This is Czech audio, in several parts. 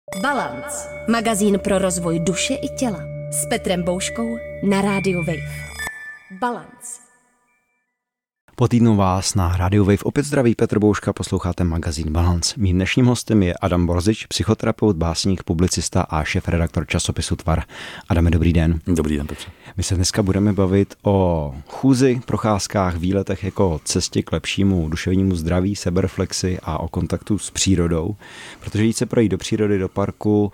Balance. Magazín pro rozvoj duše i těla. S Petrem Bouškou na rádiu Wave. Balance. Po týdnu vás na rádiu Wave opět zdraví Petr Bouška, posloucháte magazín Balance. Mým dnešním hostem je Adam Borzič, psychoterapeut, básník, publicista a šéfredaktor časopisu Tvar. Adame, dobrý den. Dobrý den, Petře. My se dneska budeme bavit o chůzi, procházkách, výletech jako cestě k lepšímu duševnímu zdraví, sebereflexi a o kontaktu s přírodou. Protože jít se projít do přírody, do parku,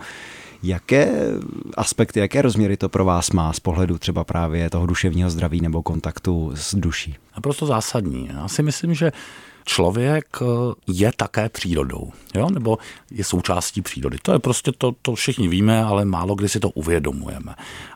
jaké aspekty, jaké rozměry to pro vás má z pohledu třeba právě toho duševního zdraví nebo kontaktu s duší? Naprosto zásadní. Já si myslím, že člověk je také přírodou, jo? Nebo je součástí přírody. To je prostě to všichni víme, ale málo kdy si to uvědomujeme.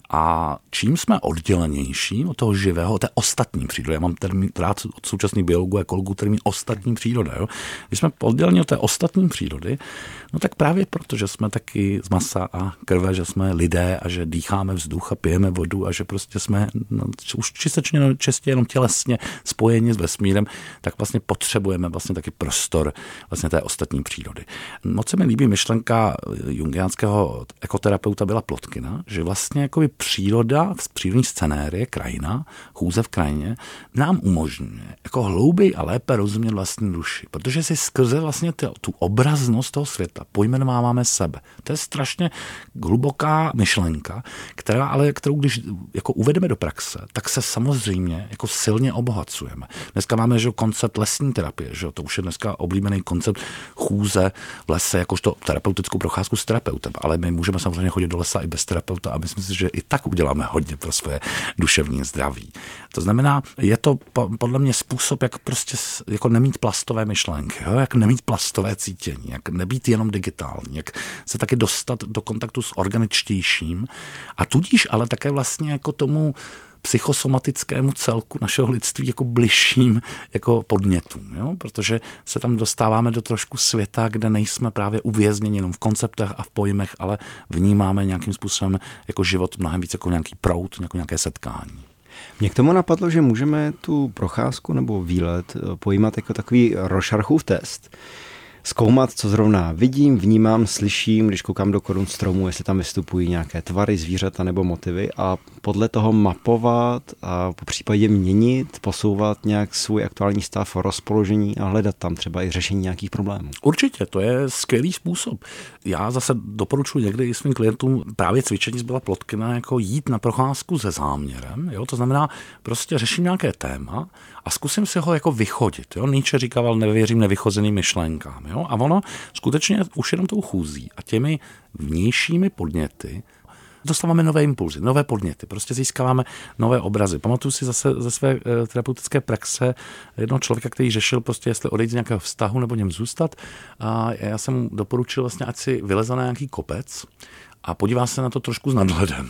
A čím jsme oddělenější od toho živého, od té ostatní přírody, já mám termín rád od současných biologů a ekologů termín ostatní příroda. Jo? Když jsme odděleni od té ostatní přírody, no tak právě proto, že jsme taky z masa a krve, že jsme lidé a že dýcháme vzduch a pijeme vodu a že prostě jsme už čistě jenom tělesně spojeni s vesmírem, tak vlastně potřebujeme vlastně taky prostor vlastně té ostatní přírody. Moc se mi líbí myšlenka jungiánského ekoterapeuta Billa Plotkina, že vlastně jakoby příroda, přírodní scenérie, krajina, chůze v krajině, nám umožňuje jako hlouběji a lépe rozumět vlastní duši, protože si skrze vlastně tu obraznost toho světa pojmenováváme sebe. To je strašně hluboká myšlenka, kterou když jako uvedeme do praxe, tak se samozřejmě jako silně obohacujeme. Dneska máme koncept lesní terapie, že to už je dneska oblíbený koncept chůze v lese, jakožto terapeutickou procházku s terapeutem, ale my můžeme samozřejmě chodit do lesa i bez terapeuta a myslím si, že i tak uděláme hodně pro svoje duševní zdraví. To znamená, je to podle mě způsob, jak prostě jako nemít plastové myšlenky, jo? Jak nemít plastové cítění, jak nebýt jenom digitální, jak se taky dostat do kontaktu s organičtějším a tudíž ale také vlastně jako tomu psychosomatickému celku našeho lidství jako bližším jako podnětům, jo? Protože se tam dostáváme do trošku světa, kde nejsme právě uvězněni jenom v konceptech a v pojmech, ale vnímáme nějakým způsobem jako život mnohem víc jako nějaký proud, jako nějaké setkání. Mně k tomu napadlo, že můžeme tu procházku nebo výlet pojímat jako takový Rorschachův test. Zkoumat, co zrovna vidím, vnímám, slyším, když koukám do korun stromu, jestli tam vystupují nějaké tvary, zvířata nebo motivy a podle toho mapovat a po případě měnit, posouvat nějak svůj aktuální stav, rozpoložení a hledat tam třeba i řešení nějakých problémů. Určitě, to je skvělý způsob. Já zase doporučuji někdy i svým klientům právě cvičení z Billa Plotkina jako jít na procházku se záměrem, jo? To znamená, prostě řeším nějaké téma a zkusím si ho jako vychodit. Jo? Nietzsche říkával, nevěřím nevychozeným myšlenkám. Jo? A ono skutečně už jenom tou chůzí a těmi vnějšími podněty dostáváme nové impulzy, nové podněty, prostě získáváme nové obrazy. Pamatuju si zase ze své terapeutické praxe jednoho člověka, který řešil prostě, jestli odejít z nějakého vztahu nebo něm zůstat. A já jsem mu doporučil vlastně, ať si vyleze na nějaký kopec a podívá se na to trošku s nadhledem.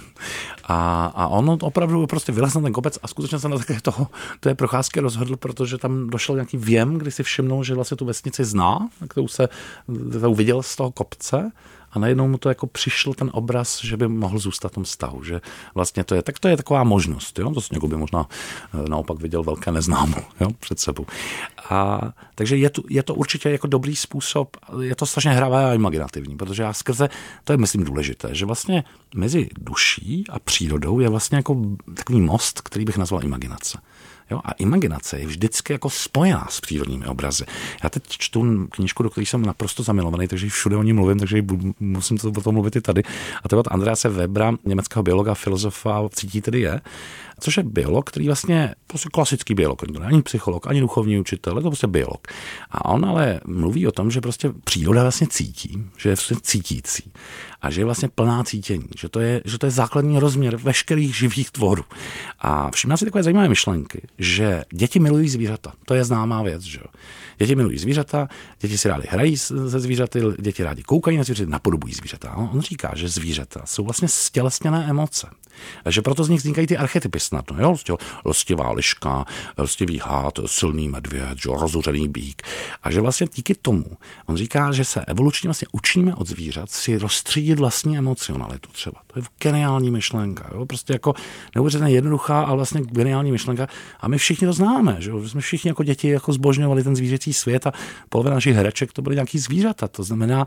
A on opravdu prostě vylez na ten kopec a skutečně se na také té procházky rozhodl, protože tam došel nějaký věm, kdy si všimnul, že vlastně tu vesnici zná, kterou viděl z toho kopce. A najednou mu to jako přišel ten obraz, že by mohl zůstat v tom vztahu, že vlastně to je taková možnost, jo? To si někdo by možná naopak viděl velké neznámo, jo? Před sebou. Takže je to určitě jako dobrý způsob, je to strašně hravé a imaginativní, protože já skrze, to je myslím důležité, že vlastně mezi duší a přírodou je vlastně jako takový most, který bych nazval imaginace. Jo, a imaginace je vždycky jako spojená s přírodními obrazy. Já teď čtu knížku, do které jsem naprosto zamilovaný, takže všude o ní mluvím, takže musím o tom mluvit i tady. A to je od Andrease Webera, německého biologa, filozofa, cítí tedy je, což je biolog, který vlastně prostě klasický biolog, ani psycholog, ani duchovní učitel, je to prostě biolog. A on ale mluví o tom, že prostě příroda vlastně cítí, že je vlastně cítící a že je vlastně plná cítění, že to je základní rozměr veškerých živých tvorů. A všimná si takové zajímavé myšlenky, že děti milují zvířata. To je známá věc, že jo. Děti milují zvířata, děti si rádi hrají se zvířaty, děti rádi koukají na zvířata, napodobují zvířata. A on říká, že zvířata jsou vlastně stělesněné emoce. A že proto z nich vznikají ty archetypy snadno, jo? Lstivá liška, lstivý hád, silný medvěd, rozuřený býk. A že vlastně díky tomu, on říká, že se evolučně vlastně učíme od zvířat si rozstřídit vlastní emocionalitu třeba. To je geniální myšlenka, jo? Prostě jako neuvěřitelně jednoduchá, ale vlastně geniální myšlenka. A my všichni to známe, že jsme všichni jako děti jako zbožňovali ten zvířecí svět a polovina našich hereček to byly nějaký zvířata. To znamená,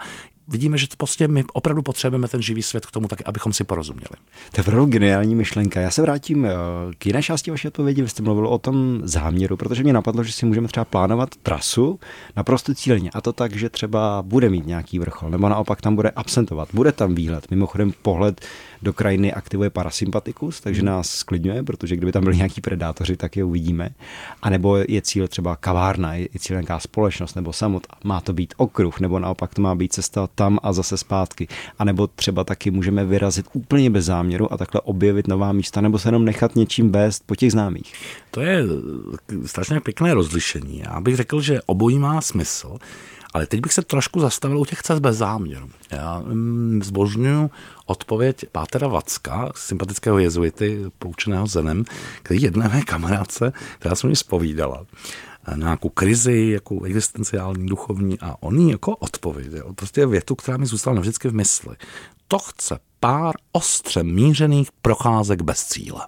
vidíme, že prostě my opravdu potřebujeme ten živý svět k tomu taky, abychom si porozuměli. To je opravdu geniální myšlenka. Já se vrátím k jiné části vaší odpovědi. Vy jste mluvil o tom záměru, protože mě napadlo, že si můžeme třeba plánovat trasu naprosto cíleně. A to tak, že třeba bude mít nějaký vrchol, nebo naopak tam bude absentovat. Bude tam výhled. Mimochodem pohled do krajiny aktivuje parasympatikus, takže nás sklidňuje, protože kdyby tam byli nějaký predátoři, tak je uvidíme. A nebo je cíl třeba kavárna, je cíl nějaká společnost nebo samota. Má to být okruh, nebo naopak to má být cesta tam a zase zpátky. A nebo třeba taky můžeme vyrazit úplně bez záměru a takhle objevit nová místa, nebo se jenom nechat něčím vést po těch známých. To je strašně pěkné rozlišení. Já bych řekl, že obojí má smysl, ale teď bych se trošku zastavil u těch cest bez záměru. Já zbožňuju odpověď pátera Vacka, sympatického jezuity, poučeného zenem, který jedné mé kamarádce, která se mi zpovídala, na nějakou krizi, jako existenciální, duchovní, a on jí jako odpověděl. Prostě větu, která mi zůstala navždycky v mysli. To chce pár ostře mířených procházek bez cíle.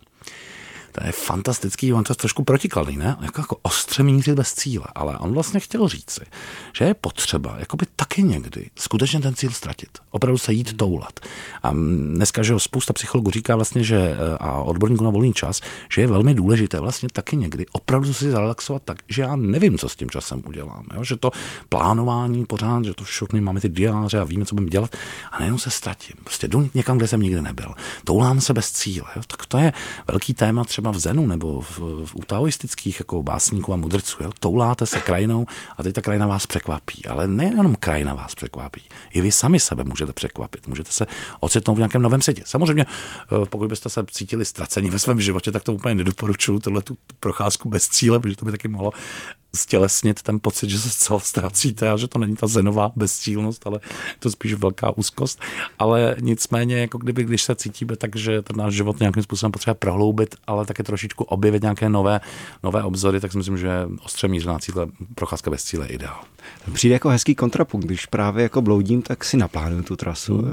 To je fantastický, on to je trošku protikladný, ne? Jako ostře mířit bez cíle, ale on vlastně chtěl říci, že je potřeba jakoby taky někdy skutečně ten cíl ztratit. Opravdu se jít toulat. A dneska, že spousta psychologů říká vlastně, že a odborníků na volný čas, že je velmi důležité vlastně taky někdy opravdu si zrelaxovat tak, že já nevím, co s tím časem udělám. Jo? Že to plánování pořád, že to všechny máme ty diáře a víme, co budeme dělat, a nejenom se ztratím. Prostě jdu někam, kde jsem nikdy nebyl. Toulám se bez cíle. Jo? Tak to je velký téma třeba v zenu nebo u taoistických jako básníků a mudrců. Jo? Touláte se krajinou a teď ta krajina vás překvapí. Ale nejenom krajina vás překvapí. I vy sami sebe můžete překvapit. Můžete se ocitnout v nějakém novém světě. Samozřejmě, pokud byste se cítili ztraceni ve svém životě, tak to úplně nedoporučuju, tu procházku bez cíle, protože to by taky mohlo stělesnit ten pocit, že se zcela ztrácíte a že to není ta zenová bezcílnost, ale to spíš velká úzkost. Ale nicméně, jako když se cítíme tak, že ten náš život nějakým způsobem potřeba prohloubit, ale taky trošičku objevit nějaké nové obzory, tak si myslím, že ostře mířená cíle, procházka bez cíle je ideál. Přijde jako hezký kontrapunkt, když právě jako bloudím, tak si naplánuju tu trasu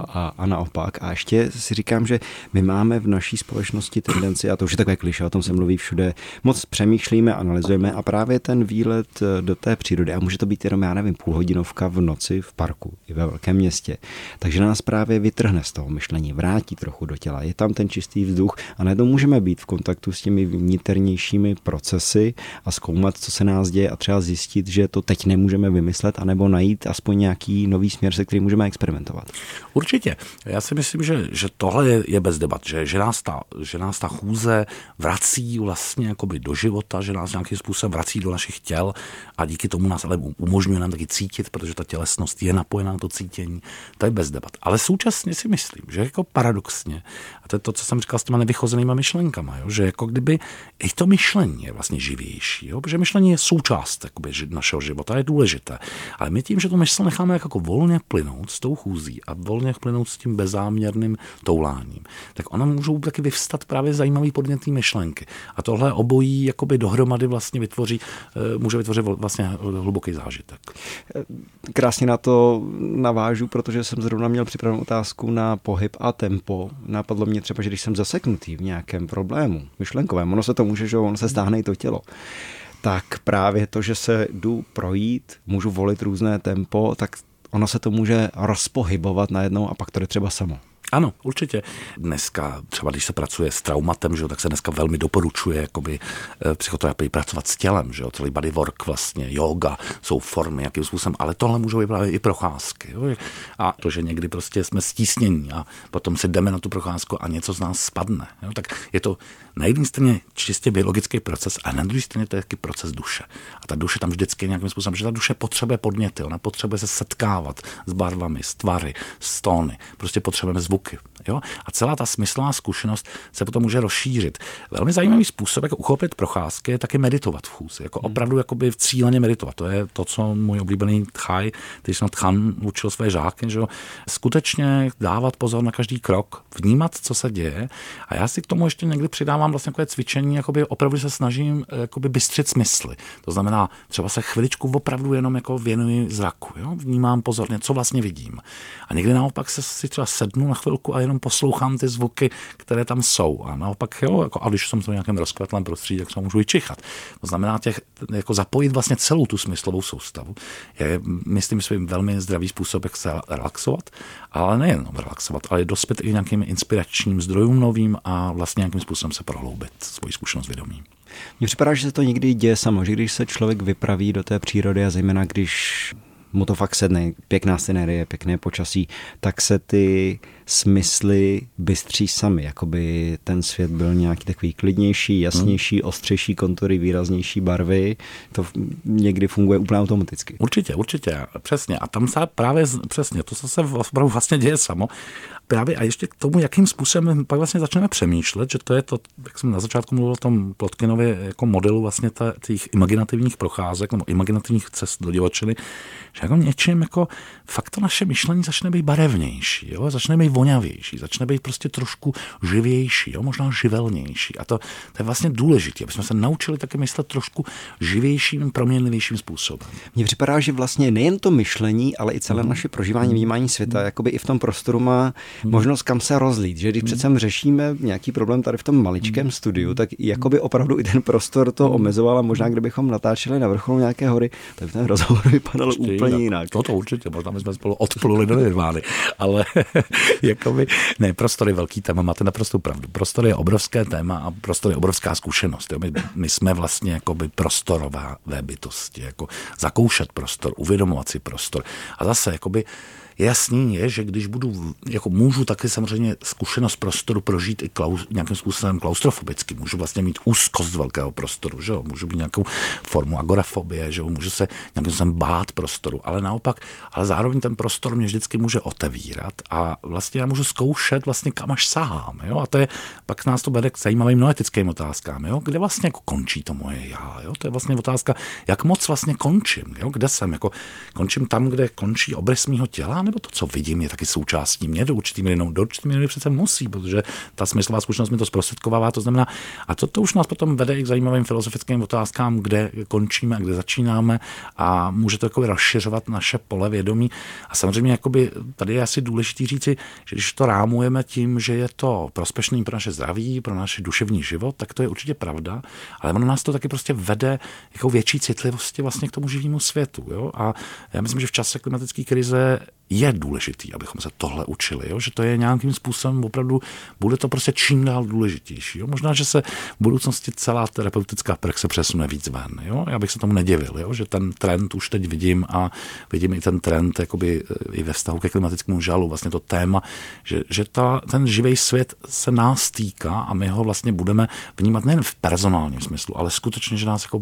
a naopak. A ještě si říkám, že my máme v naší společnosti tendenci, a to už je takové klišé, o tom se mluví všude, moc přemýšlíme, analyzujeme a právě ten výlet do té přírody, a může to být jenom, já nevím, půlhodinovka v noci v parku i ve velkém městě, takže nás právě vytrhne z toho myšlení, vrátí trochu do těla. Je tam ten čistý vzduch a najednou můžeme být v kontaktu s těmi vniternějšími procesy a zkoumat, co se nás děje a třeba zjistit, že to teď nemůžeme vymyslet, anebo najít aspoň nějaký nový směr, se kterým můžeme experimentovat. Určitě. Já si myslím, že tohle je bez debat, že nás ta chůze vrací vlastně jakoby do života, že nás nějakým způsobem vrací do našich těl a díky tomu nás ale umožňuje nám taky cítit, protože ta tělesnost je napojená na to cítění. To je bez debat. Ale současně si myslím, že jako paradoxně, a to je to, co jsem říkal s těma nevychozenýma myšlenkama, jo, že jako kdyby i to myšlení je vlastně živější, jo, protože myšlení je součást jakoby našeho života, je důležité. Ale my tím, že to mysl necháme jako volně plynout s tou chůzí a volně plynout s tím bezzáměrným touláním, tak ona můžou taky vyvstat právě zajímavý podnětný myšlenky. A tohle obojí jakoby dohromady vlastně může vytvořit vlastně hluboký zážitek. Krásně na to navážu, protože jsem zrovna měl připravenou otázku na pohyb a tempo. Napadlo mě třeba, že když jsem zaseknutý v nějakém problému myšlenkovém, ono se to může, že ono se stáhne i to tělo, tak právě to, že se jdu projít, můžu volit různé tempo, tak ono se to může rozpohybovat najednou a pak to jde třeba samo. Ano, určitě. Dneska, třeba když se pracuje s traumatem, že jo, tak se dneska velmi doporučuje jakoby psychoterapii pracovat s tělem, že jo, celý bodywork vlastně, yoga, jsou formy, jakým způsobem, ale tohle můžou být právě i procházky. Jo. A to, že někdy prostě jsme stísnění a potom si jdeme na tu procházku a něco z nás spadne. Jo, tak je to na jedné straně čistě biologický proces a na druhé straně to je taky proces duše. A ta duše tam vždycky nějakým způsobem, že ta duše potřebuje podněty, ona potřebuje se setkávat s barvami, s tvary, s tóny, prostě potřebujeme zvuky. Jo? A celá ta smyslová zkušenost se potom může rozšířit. Velmi zajímavý způsob, jak uchopit procházky, je taky meditovat v chůzi. Jako opravdu jakoby cíleně meditovat. To je to, co můj oblíbený Thaj, když jsem Tchan učil své žáky, že jo? Skutečně dávat pozor na každý krok, vnímat, co se děje. A já si k tomu ještě někdy přidávám vlastně takové cvičení, jakoby opravdu se snažím jakoby bystřit smysly. To znamená, třeba se chviličku opravdu jenom jako věnuji zraku. Jo? Vnímám pozorně, co vlastně vidím. A někdy naopak se si třeba sednu na chvilku a jenom poslouchám ty zvuky, které tam jsou. A naopak, jo, jako, a když jsem v nějakém rozkvetlém prostředí, tak se můžu vyčichat. To znamená jako zapojit vlastně celou tu smyslovou soustavu. Je, myslím, svým velmi zdravý způsob, jak se relaxovat, ale nejen relaxovat, ale dospět i nějakým inspiračním zdrojům novým a vlastně nějakým způsobem se prohloubit svoji zkušenost vědomí. Mně připadá, že se to někdy děje samo, že když se člověk vypraví do té přírody a zejména když mu to fakt sedne, pěkná scenérie, pěkné počasí, tak se ty smysly bystří sami, jakoby ten svět byl nějaký takový klidnější, jasnější, ostřejší kontury, výraznější barvy. To někdy funguje úplně automaticky. Určitě, přesně. A tam se právě přesně, to se vlastně děje samo. Právě a ještě k tomu, jakým způsobem pak vlastně začneme přemýšlet, že to je to, jak jsem na začátku mluvil o tom Plotkinově jako modelu vlastně těch imaginativních procházek nebo imaginativních cest do divočiny, že jako něčím jako fakt to naše myšlení začne být barevnější, jo? Začne být voňavější, začne být prostě trošku živější, jo? Možná živelnější. A to je vlastně důležité, aby jsme se naučili také myslet trošku živějším, proměnlivějším způsobem. Mně připadá, že vlastně nejen to myšlení, ale i celé naše prožívání, vnímání světa, jakoby i v tom prostoru má možnost kam se rozlít, že když přece řešíme nějaký problém tady v tom maličkém studiu, tak jakoby opravdu i ten prostor to omezoval a možná kdybychom natáčeli na vrcholu nějaké hory, tak ten rozhovor vypadal úplně jinak. To určitě, možná my jsme spolu odpluli do nirvány, ale jakoby, ne, prostor je velký téma, máte naprosto pravdu. Prostor je obrovské téma a prostor je obrovská zkušenost. Jo? My jsme vlastně jakoby prostorové bytosti, jako zakoušet prostor, uvědomovat si prostor. A zase jakoby jasný je, že když můžu taky samozřejmě zkušenost prostoru prožít i nějakým způsobem klaustrofobicky. Můžu vlastně mít úzkost velkého prostoru, že jo? Můžu mít nějakou formu agorafobie, že jo? Můžu se nějakým způsobem bát prostoru, ale naopak, ale zároveň ten prostor mě vždycky může otevírat a vlastně já můžu zkoušet vlastně kam až sahám, jo? A to je, pak nás to vede k zajímavým noetickým otázkám, jo? Kde vlastně jako končí to moje já, jo? To je vlastně otázka, jak moc vlastně končím, jo? Kde jsem, jako končím tam, kde končí obrys mýho těla, nebo to, co vidím, je taky součástí mě do určitý míry přece musí, protože ta smyslová zkušenost mi to zprostředkovává, to znamená, a to už nás potom vede i k zajímavým filozofickým otázkám, kde končíme a kde začínáme a může to jako rozšiřovat naše pole vědomí. A samozřejmě jakoby, tady je asi důležitý říci, že když to rámujeme tím, že je to prospěšný pro naše zdraví, pro náš duševní život, tak to je určitě pravda, ale ono nás to taky prostě vede jako větší citlivosti vlastně k tomu živému světu. Jo? A já myslím, že v čase klimatické krize je důležitý, abychom se tohle učili, jo? Že to je nějakým způsobem opravdu, bude to prostě čím dál důležitější. Jo? Možná, že se v budoucnosti celá terapeutická praxe přesune víc ven. Jo? Já bych se tomu nedivil, jo? Že ten trend už teď vidím a vidím i ten trend jakoby, i ve vztahu ke klimatickému žalu, vlastně to téma, že ten živý svět se nás týká a my ho vlastně budeme vnímat nejen v personálním smyslu, ale skutečně, že nás jako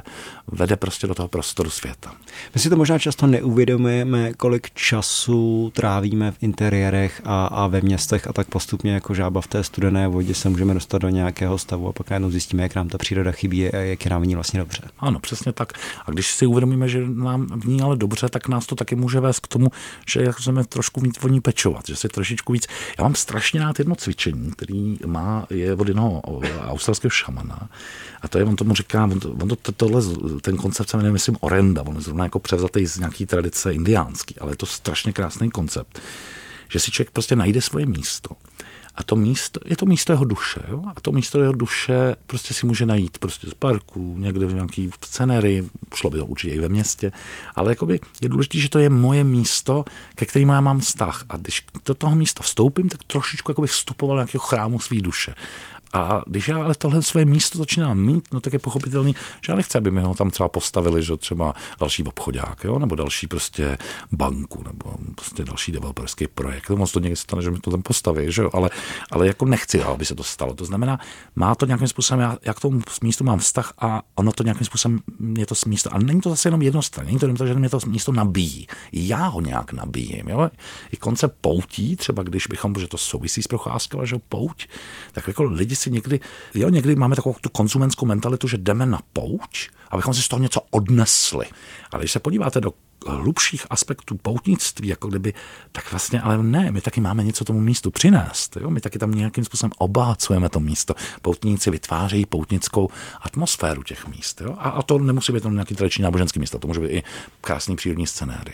vede prostě do toho prostoru světa. My si to možná často neuvědomujeme, kolik času trávíme v interiérech a ve městech a tak postupně jako žába v té studené vodě se můžeme dostat do nějakého stavu a pak jenom zjistíme, jak nám ta příroda chybí a jak je nám v ní vlastně dobře. Ano, přesně tak. A když si uvědomíme, že nám v ní ale dobře, tak nás to taky může vést k tomu, že chceme trošku víc o ní pečovat, že si trošičku víc. Já mám strašně rád jedno cvičení, který je od jednoho australského šamana. A to je, on tomu říká, ten koncept se jmenuje, myslím, orenda, on je zrovna jako převzatý z nějaký tradice indiánský, ale je to strašně krásný koncept, že si člověk prostě najde svoje místo. A to místo, je to místo jeho duše, jo? A to místo jeho duše prostě si může najít prostě z parku, někde v nějaký scenérii, šlo by to určitě i ve městě, ale jakoby je důležité, že to je moje místo, ke kterému já mám vztah. A když do toho místa vstoupím, tak trošičku jakoby vstupoval do nějakého chrámu své duše. A když já ale tohle své místo začínám mít, no tak je pochopitelný, že já nechci, aby mi ho tam třeba postavili, že třeba další obchodák, jo, nebo další prostě banku, nebo prostě další developerský projekt. Moc to někdy stane, že mi to tam postaví, že jo, ale jako nechci, aby se to stalo. To znamená, má to nějakým způsobem, já k tomu místu mám vztah a ono to nějakým způsobem je to místo. Ale není to zase jenom jednostranné, není to jenom to, že mě to místo nabíjí. Já ho nějak nabíjím, jo. I koncept poutí, třeba když bychom, že to souvisí s procházkou, že pouť, tak jako lidi si někdy máme takovou tu konzumentskou mentalitu, že jdeme na pouť, abychom si z toho něco odnesli. Ale když se podíváte do hlubších aspektů poutnictví, jako kdyby, tak vlastně, ale ne, my taky máme něco tomu místu přinést. Jo? My taky tam nějakým způsobem obohacujeme to místo. Poutníci vytvářejí poutnickou atmosféru těch míst. Jo? A to nemusí být nějaký tradiční náboženský místo, to může být i krásný přírodní scenérie.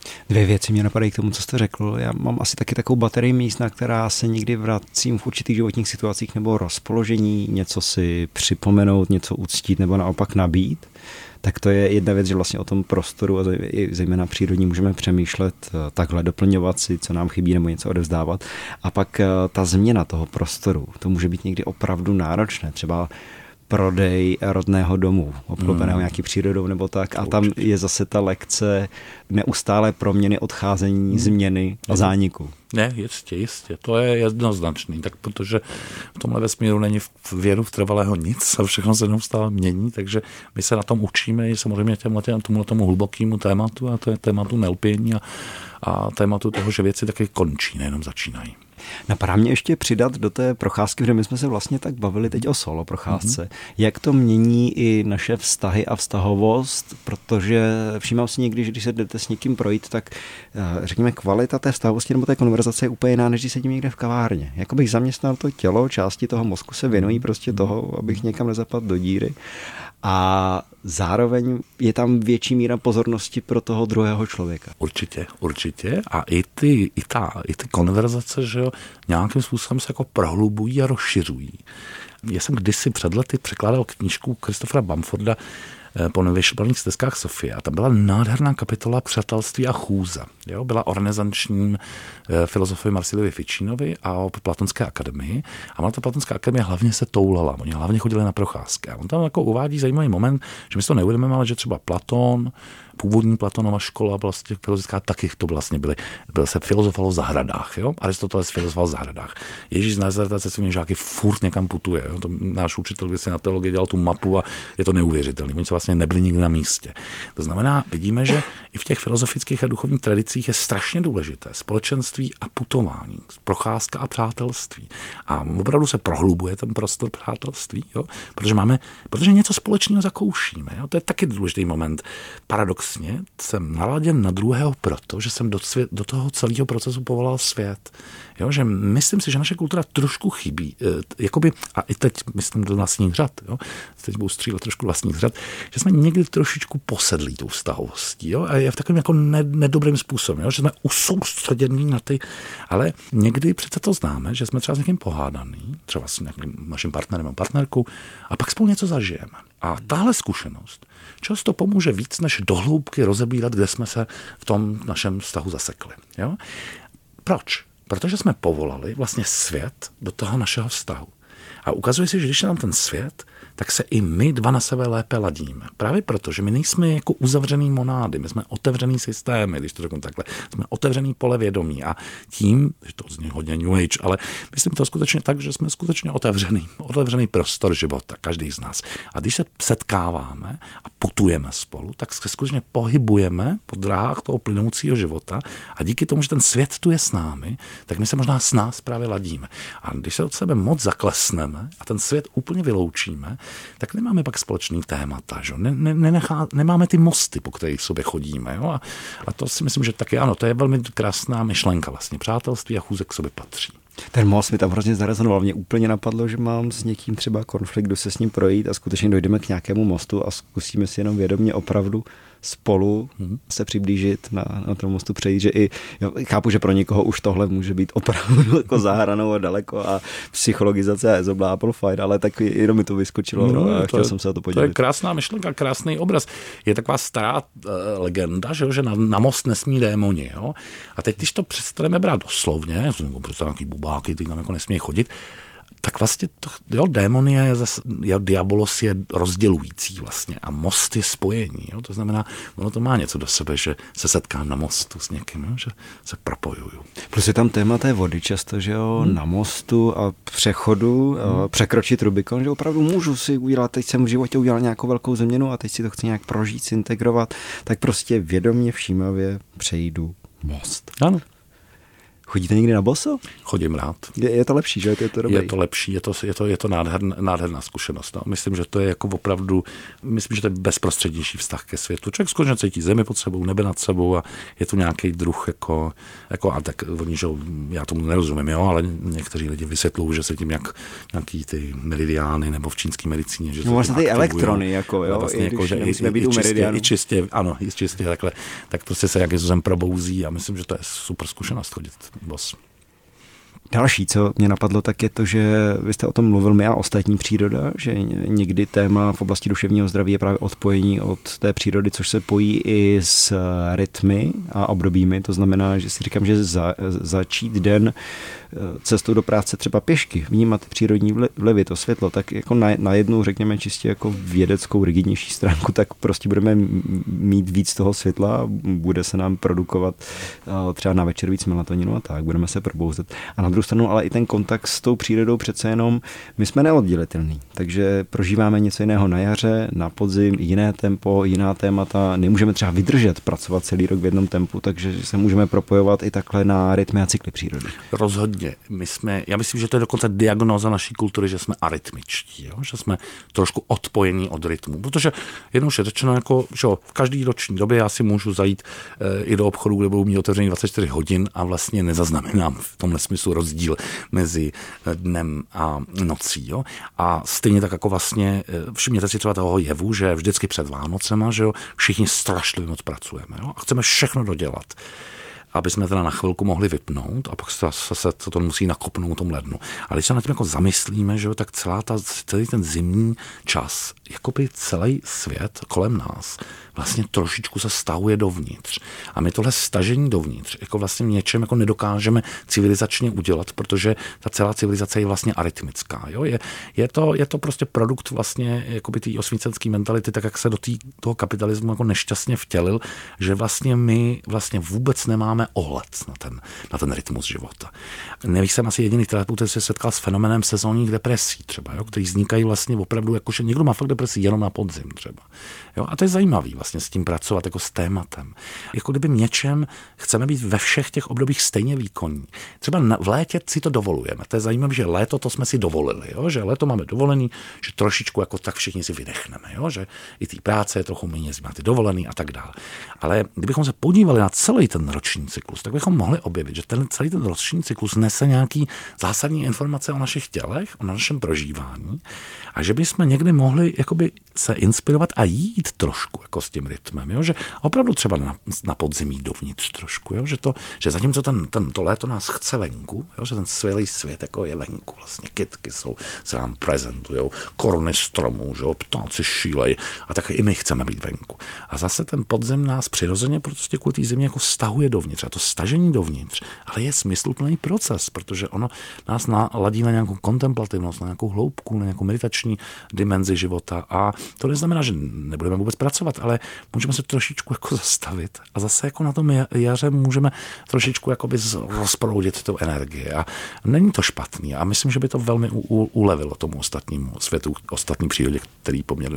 Dvě věci mě napadají k tomu, co jste řekl. Já mám asi taky takovou baterii míst, na která se někdy vracím v určitých životních situacích nebo rozpoložení, něco si připomenout, něco uctít nebo naopak nabít. Tak to je jedna věc, že vlastně o tom prostoru a zejména přírodní můžeme přemýšlet takhle, doplňovat si, co nám chybí nebo něco odevzdávat. A pak ta změna toho prostoru, to může být někdy opravdu náročné. Třeba prodej rodného domu, obklopeného nějaký přírodou nebo tak. A tam je zase ta lekce neustálé proměny, odcházení, změny a zániku. Ne, jistě. To je jednoznačný, tak protože v tomhle vesmíru není věru v trvalého nic a všechno se neustále mění, takže my se na tom učíme i samozřejmě tomu hlubokému tématu, a to je tématu nelpění a tématu toho, že věci taky končí, nejenom začínají. Napadá mě ještě přidat do té procházky, protože my jsme se vlastně tak bavili teď o solo procházce. Jak to mění i naše vztahy a vztahovost, protože všímám si někdy, že když se jdete s někým projít, tak řekněme kvalita té vztahovosti nebo té konverzace je úplně jiná, než když sedím někde v kavárně. Jako bych zaměstnal to tělo, části toho mozku se věnují prostě toho, abych někam nezapadl do díry. A zároveň je tam větší míra pozornosti pro toho druhého člověka. Určitě. A i ty konverzace, že jo, nějakým způsobem se jako prohlubují a rozšiřují. Já jsem kdysi před lety překládal knížku Christophera Bamforda Po nevyšplných stezkách Sofie. A tam byla nádherná kapitola Přátelství a chůza. Jo? Byla o renesančním filozofovi Marsiliovi Ficinovi a o Platonské akademii. A ta Platonská akademie hlavně se toulala. Oni hlavně chodili na procházky. A on tam jako uvádí zajímavý moment, že my si to neuvědomujeme, ale že třeba Platón, původní Platonova škola vlastně filozofická, taky to vlastně byl se filozofovalo v zahradách. Jo? Aristoteles filozofoval v zahradách. Ježíš z Nazareta se svými žáky furt někam putuje. Jo? To náš učitel, když si na teologii dělal tu mapu a je to neuvěřitelné. Oni se vlastně nebyli nikdy na místě. To znamená, vidíme, že i v těch filozofických a duchovních tradicích je strašně důležité společenství a putování, procházka a přátelství. A opravdu se prohlubuje ten prostor přátelství, jo? Protože něco společného zakoušíme. Jo? To je taky důležitý moment. Paradoxně jsem naladěn na druhého proto, že jsem do toho celého procesu povolal svět. Jo? Že myslím si, že naše kultura trošku chybí. Jakoby, a i teď myslím do vlastních řad, jo? Teď budu střílet trošku vlastních řad, že jsme někdy trošičku posedlí tou vztahovostí. Jo? A je v takovém jako nedobrým způsobem, jo? Že jsme usoustředění na ty, ale někdy přece to známe, že jsme třeba s někým pohádaný, třeba s nějakým naším partnerem a partnerkou, a pak spolu něco zažijeme. A tahle zkušenost často pomůže víc, než dohloubky rozebírat, kde jsme se v tom našem vztahu zasekli. Jo? Proč? Protože jsme povolali vlastně svět do toho našeho vztahu. A ukazuje se, že když je nám ten svět, tak se i my dva na sebe lépe ladíme. Právě proto, že my nejsme jako uzavřený monády, my jsme otevřený systémy, když to řeknu takhle, jsme otevřený pole vědomí a tím, že to zní hodně New Age, ale myslím to skutečně tak, že jsme skutečně otevřený prostor života, každý z nás. A když se setkáváme a putujeme spolu, tak se skutečně pohybujeme po dráhách toho plynoucího života a díky tomu, že ten svět tu je s námi, tak my se možná s nás právě ladíme. A když se od sebe moc zaklesneme a ten svět úplně vyloučíme, tak nemáme pak společný témata, že? Nemáme ty mosty, po kterých sobě chodíme. Jo? A to si myslím, že taky ano, to je velmi krásná myšlenka vlastně. Přátelství a chůze k sobě patří. Ten most mi tam hrozně zarezonoval. Mě úplně napadlo, že mám s někým třeba konflikt, jdu se s ním projít a skutečně dojdeme k nějakému mostu a zkusíme si jenom vědomě opravdu spolu se přiblížit na tom mostu, přejít, že i chápu, že pro někoho už tohle může být opravdu jako za hranou a daleko a psychologizace a ezoblápol fajn, ale tak jenom mi to vyskočilo a chtěl jsem se o to podělit. To je krásná myšlenka, krásný obraz. Je taková stará legenda, že na most nesmí démoni. Jo? A teď, když to přestaneme brát doslovně, prostě nějaký bubáky, ty tam jako nesmí chodit, tak vlastně démon je diabolos je rozdělující vlastně a most je spojení. Jo? To znamená, ono to má něco do sebe, že se setkám na mostu s někým, jo? Že se propojuju. Plus je tam téma té vody často, že jo, na mostu a přechodu, překročit Rubikon, že opravdu můžu si udělat, teď jsem v životě udělal nějakou velkou změnu a teď si to chci nějak prožít, integrovat, tak prostě vědomě, všímavě přejdu most. Ano. Chodíte někdy na boso? Chodím rád. Je to lepší, že? Je to dobrý. Je to lepší, je to nádherná zkušenost. No. Myslím, že to je jako opravdu, myslím, že to je bezprostřednější vztah ke světu. Člověk skutečně cítí zemi pod sebou, nebe nad sebou a je to nějaký druh jako a tak oni, že já tomu nerozumím, jo, ale někteří lidi vysvětlují, že se tím nějaký ty meridiány nebo v čínské medicíně, že no vlastně ty elektrony, jako jo, vlastně jako, že i čistě takhle, tak prostě se jakým způsobem probouzí a myslím, že to je super zkušenost chodit bos. Další, co mě napadlo, tak je to, že vy jste o tom mluvil my a ostatní příroda, že někdy téma v oblasti duševního zdraví je právě odpojení od té přírody, což se pojí i s rytmy a obdobími. To znamená, že si říkám, že začít den cestou do práce třeba pěšky, vnímat ty přírodní vlivy, to světlo, tak jako na jednu, řekněme čistě jako vědeckou, rigidnější stránku, tak prostě budeme mít víc toho světla, bude se nám produkovat třeba na večer víc melatoninu a tak, budeme se probouzet. A na druhou stranu ale i ten kontakt s tou přírodou přece jenom, my jsme neoddělitelní, takže prožíváme něco jiného na jaře, na podzim, jiné tempo, jiná témata, nemůžeme třeba vydržet pracovat celý rok v jednom tempu, takže se můžeme propojovat i takhle na rytmy a cykly přírody. Rozhodně. Já myslím, že to je dokonce diagnóza naší kultury, že jsme arytmičtí, jo? Že jsme trošku odpojení od rytmu, protože jednoduše řečeno, jako, že v každý roční době já si můžu zajít i do obchodu, kde budou mít otevřený 24 hodin a vlastně nezaznamenám v tomhle smyslu rozdíl mezi dnem a nocí. Jo? A stejně tak jako vlastně všimněte si třeba toho jevu, že vždycky před Vánocema, že jo, všichni strašlivě moc pracujeme, jo? A chceme všechno dodělat, aby jsme teda na chvilku mohli vypnout a pak se to musí nakopnout v tom lednu. Ale když se na tím jako zamyslíme, že jo, tak celý ten zimní čas, jakoby celý svět kolem nás vlastně trošičku se stahuje dovnitř. A my tohle stažení dovnitř jako vlastně něčem jako nedokážeme civilizačně udělat, protože ta celá civilizace je vlastně arytmická. Jo? Je to prostě produkt vlastně jakoby té osvícenské mentality, tak jak se do toho kapitalismu jako nešťastně vtělil, že vlastně my vlastně vůbec nemáme ohled na ten rytmus života. Nejsem asi jediný terapeut, který se setkal s fenomenem sezónních depresí třeba, jo? Který vznikají vlastně opravdu, jakože někdo má fakt depresi jenom na podzim třeba. Jo? A to je zajímavý vlastně s tím pracovat jako s tématem. Jako kdyby něčem chceme být ve všech těch obdobích stejně výkonní. Třeba v létě si to dovolujeme. To je zajímavé, že léto to jsme si dovolili, jo? Že léto máme dovolený, že trošičku jako tak všichni si vydechneme, jo? Že i té práce je trochu méně, máte dovolený a tak dále. Ale kdybychom se podívali na celý ten roční cyklus, tak bychom mohli objevit, že celý ten roční cyklus nese nějaký zásadní informace o našich tělech, o našem prožívání a že bychom někdy mohli jakoby se inspirovat a jít trošku jako s tím rytmem, jo? Že opravdu třeba na podzimí dovnitř trošku, jo? Že zatímco to léto nás chce venku, jo? Že ten skvělý svět jako je venku, vlastně kytky se nám prezentujou, koruny stromů, že jo? Ptáci šílej a tak i my chceme být venku. A zase ten podzim nás přirozeně prostě kvůli té zimě jako stahuje dovnitř a to stažení dovnitř, ale je smysluplný proces, protože ono nás naladí na nějakou kontemplativnost, na nějakou hloubku, na nějakou meditační dimenzi života a to neznamená, že nebudeme vůbec pracovat, ale můžeme se trošičku jako zastavit a zase jako na tom jaře můžeme trošičku jakoby rozproudit tu energii a není to špatný a myslím, že by to velmi ulevilo tomu ostatnímu světu, ostatní přírodě, kterou poměrně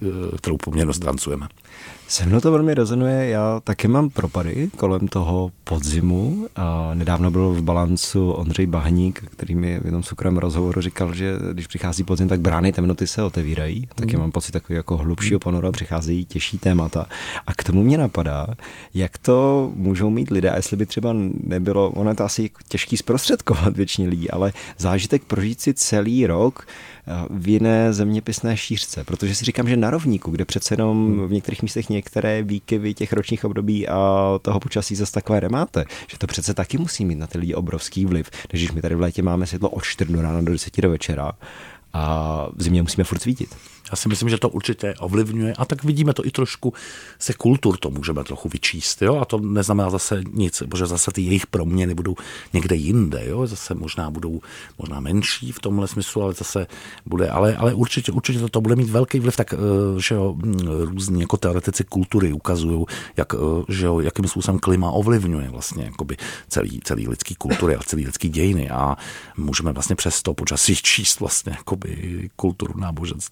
dost drancujeme. Se mnou to velmi rezonuje, já taky mám propady kolem toho podzimu a nedávno byl v Balancu Ondřej Bahník, který mi v jednom soukromém rozhovoru říkal, že když přichází podzim, tak brány temnoty se otevírají, taky mám pocit takový jako hlubšího ponora, přicházejí těžší témata a k tomu mě napadá, jak to můžou mít lidé a jestli by třeba nebylo, ono je to asi těžký zprostředkovat většině lidí, ale zážitek prožít si celý rok v jiné zeměpisné šířce, protože si říkám, že na rovníku, kde přece jenom v některých místech některé výkyvy těch ročních období a toho počasí zase takové nemáte, že to přece taky musí mít na ty lidi obrovský vliv, když my tady v létě máme světlo od 4 do rána do 10 do večera a v zimě musíme furt svítit. Já si myslím, že to určitě ovlivňuje a tak vidíme to i trošku se kultur to můžeme trochu vyčíst, jo? A to neznamená zase nic, protože zase ty jejich proměny budou někde jinde, jo? Zase budou menší v tomhle smyslu, ale zase bude, ale určitě to bude mít velký vliv, tak že jo, různí jako teoretici kultury ukazují, jakým způsobem klima ovlivňuje vlastně jakoby celý lidský kultury a celý lidský dějiny a můžeme vlastně přes to počasí číst vlastně jakoby kulturu náboženství, jo?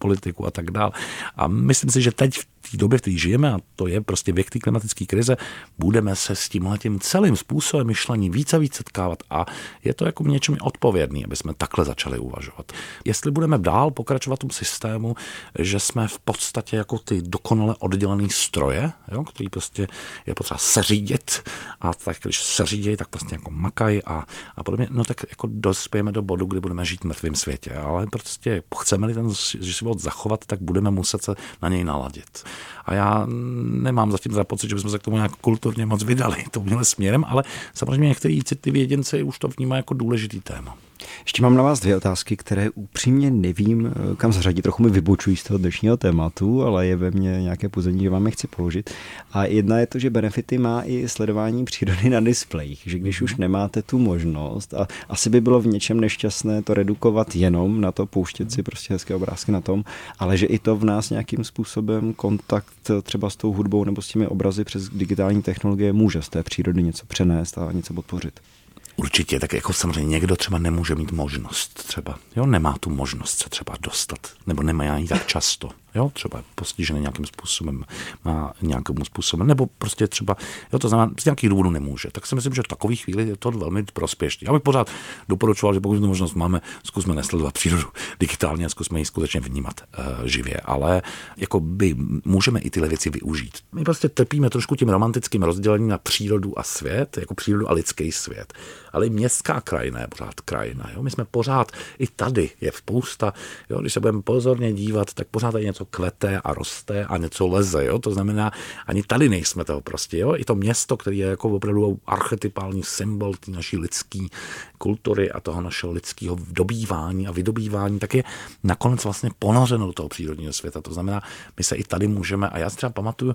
politiku a tak dále. A myslím si, že teď v té době, v které žijeme, a to je prostě věk té klimatické krize, budeme se s tímhletím celým způsobem myšlení víc a víc setkávat a je to jako něčem odpovědný, aby jsme takhle začali uvažovat. Jestli budeme dál pokračovat v tom systému, že jsme v podstatě jako ty dokonale oddělený stroje, jo, který prostě je potřeba seřídit a tak když seřídějí, tak prostě jako makají a podobně, no tak jako dospějeme do bodu, kdy budeme žít v mrtvém světě, ale prostě chceme-li ten život zachovat, tak budeme muset se na něj naladit. A já nemám zatím za pocit, že bychom se k tomu nějak kulturně moc vydali tomhle směrem, ale samozřejmě některý citliví jedinci už to vnímají jako důležitý téma. Ještě mám na vás 2 otázky, které upřímně nevím, kam zařadit. Trochu mi vybočují z toho dnešního tématu, ale je ve mně nějaké puzení, že vám je chci položit. A jedna je to, že Benefity má i sledování přírody na displejích, že když už nemáte tu možnost, a asi by bylo v něčem nešťastné to redukovat jenom na to, pouštět si prostě hezké obrázky na tom, ale že i to v nás nějakým způsobem kontakt třeba s tou hudbou nebo s těmi obrazy přes digitální technologie může z té přírody něco přenést a něco podpořit. Určitě, tak jako samozřejmě někdo třeba nemůže mít možnost třeba, jo, nemá tu možnost se třeba dostat, nebo nemá ji tak často, jo, třeba postižený nějakým způsobem, má nějakým způsobem, nebo prostě třeba, jo, to znamená, z nějakých důvodů nemůže. Tak si myslím, že v takové chvíli je to velmi prospěšné. Já bych pořád doporučoval, že pokud tu možnost máme, zkusme nesledovat přírodu digitálně a zkusme ji skutečně vnímat živě, ale jako by můžeme i tyhle věci využít. My prostě trpíme trošku tím romantickým rozdělením na přírodu a svět, jako přírodu a lidský svět. Ale i městská krajina je pořád krajina. Jo? My jsme pořád, i tady je spousta, jo? Když se budeme pozorně dívat, tak pořád tady něco kvete a roste a něco leze. Jo? To znamená, ani tady nejsme toho prostě. Jo? I to město, které je jako opravdu archetypální symbol té naší lidské kultury a toho našeho lidského dobývání a vydobývání, tak je nakonec vlastně ponořeno do toho přírodního světa. To znamená, my se i tady můžeme, a já si třeba pamatuju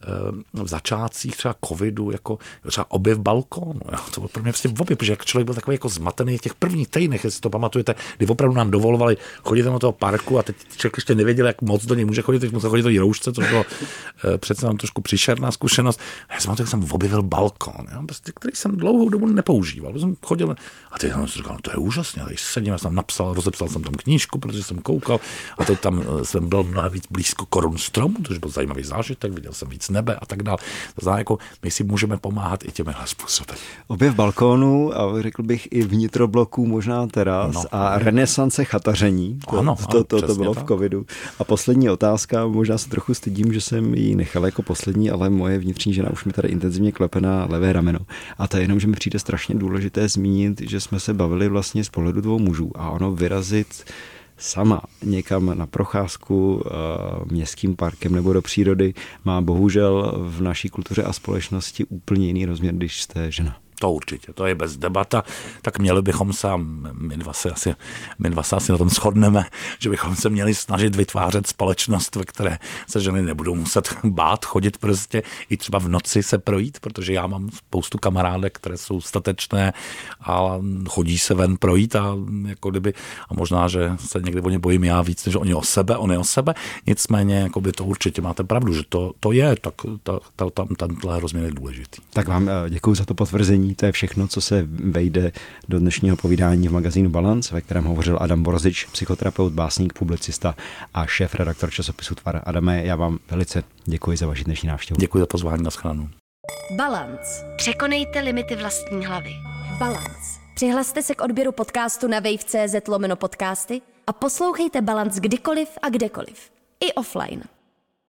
v začátcích třeba covidu, jako třeba objev balkónu. Jo? To bylo pro mě prostě objev, protože jak člověk byl takový jako zmatený v těch prvních týdnech, jestli to pamatujete, kdy opravdu nám dovolovali chodit do toho parku a teď člověk ještě nevěděl, jak moc do něj může chodit, teď musel chodit do té roušce, což bylo přece nám trošku příšerná zkušenost. A já jsem pamatuju, jak jsem objevil balkón, jo? Prostě, který jsem dlouhou dobu nepoužíval. Jsem chodil a teď jsem si říkal, no to je úžasné, když sedím, já jsem napsal, rozepsal jsem tam knížku, protože jsem koukal a teď tam jsem byl mnohem víc blízko korun stromu, což byl zajímavý zážitek, viděl jsem víc nebe a tak dále. To znamená, jako my si můžeme pomáhat i těmihle způsoby. Objev balkónu a řekl bych i vnitrobloků, možná teras a renesance chataření. To bylo v covidu. A poslední otázka, možná se trochu stydím, že jsem ji nechal jako poslední, ale moje vnitřní žena už mi tady intenzivně klepe na levé rameno. A to je jenom, že mi přijde strašně důležité zmínit, že jsme se bavili vlastně z pohledu 2 mužů a ono vyrazit sama někam na procházku městským parkem nebo do přírody má bohužel v naší kultuře a společnosti úplně jiný rozměr, když jste žena. To určitě, to je bez debata, tak měli bychom se, my dva se asi na tom shodneme, že bychom se měli snažit vytvářet společnost, ve které se ženy nebudou muset bát chodit prostě i třeba v noci se projít, protože já mám spoustu kamarádek, které jsou statečné a chodí se ven projít a jako kdyby, a možná, že se někdy o ně bojím já víc, než oni o sebe, nicméně jako by to určitě máte pravdu, že to je, tak tenhle rozměr je důležitý. Tak vám děkuji za to potvrzení. To je všechno, co se vejde do dnešního povídání v magazínu Balance, ve kterém hovořil Adam Borzič, psychoterapeut, básník, publicista a šéf-redaktor časopisu Tvar. Adame, já vám velice děkuji za vaši dnešní návštěvu. Děkuji za pozvání, nashledanou. Balance. Překonejte limity vlastní hlavy. Balance. Přihlaste se k odběru podcastu na wave.cz/podcasty a poslouchejte Balance kdykoliv a kdekoliv. I offline.